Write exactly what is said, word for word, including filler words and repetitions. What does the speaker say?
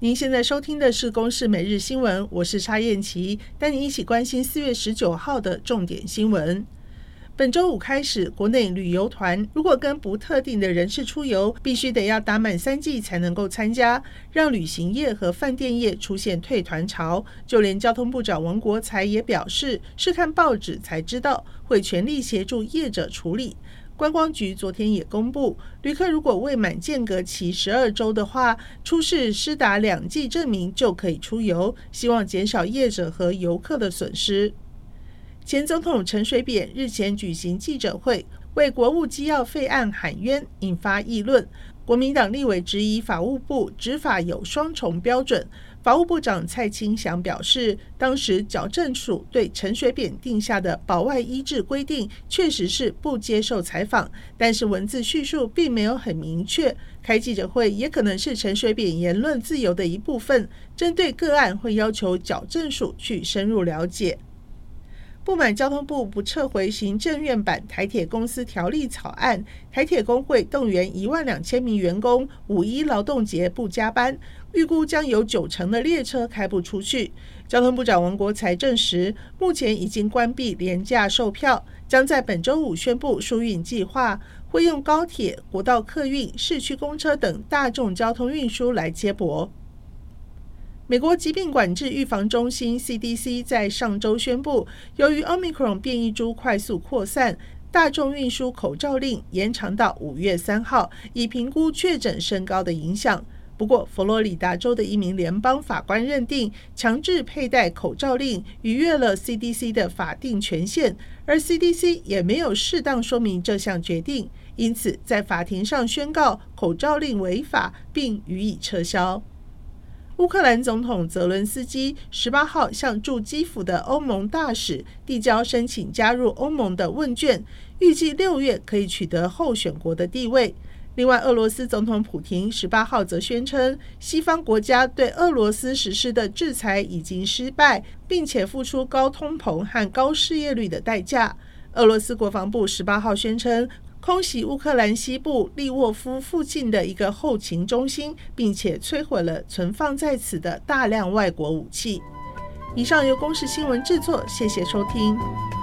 您现在收听的是公视每日新闻，我是沙燕琪，带您一起关心四月十九号的重点新闻。本周五开始，国内旅游团如果跟不特定的人士出游，必须得要打满三剂才能够参加，让旅行业和饭店业出现退团潮。就连交通部长王国材也表示，是看报纸才知道，会全力协助业者处理。观光局昨天也公布，旅客如果未满间隔期十二周的话，出示施打两剂证明就可以出游，希望减少业者和游客的损失。前总统陈水扁日前举行记者会，为国务机要费案喊冤，引发议论。国民党立委质疑法务部执法有双重标准。法务部长蔡清祥表示，当时矫正署对陈水扁定下的保外医治规定确实是不接受采访，但是文字叙述并没有很明确。开记者会也可能是陈水扁言论自由的一部分，针对个案会要求矫正署去深入了解。不满交通部不撤回行政院版台铁公司条例草案，台铁工会动员一万两千名员工五一劳动节不加班，预估将有九成的列车开不出去。交通部长王国材证实，目前已经关闭廉价售票，将在本周五宣布疏运计划，会用高铁、国道客运、市区公车等大众交通运输来接驳。美国疾病管制预防中心 C D C 在上周宣布，由于 Omicron 变异株快速扩散，大众运输口罩令延长到五月三号，以评估确诊升高的影响。不过，佛罗里达州的一名联邦法官认定，强制佩戴口罩令逾越了 C D C 的法定权限，而 C D C 也没有适当说明这项决定，因此在法庭上宣告口罩令违法，并予以撤销。乌克兰总统泽伦斯基十八号向驻基辅的欧盟大使递交申请加入欧盟的问卷，预计六月可以取得候选国的地位。另外，俄罗斯总统普亭十八号则宣称，西方国家对俄罗斯实施的制裁已经失败，并且付出高通膨和高失业率的代价。俄罗斯国防部十八号宣称，空袭乌克兰西部利沃夫附近的一个后勤中心，并且摧毁了存放在此的大量外国武器。以上由公视新闻制作，谢谢收听。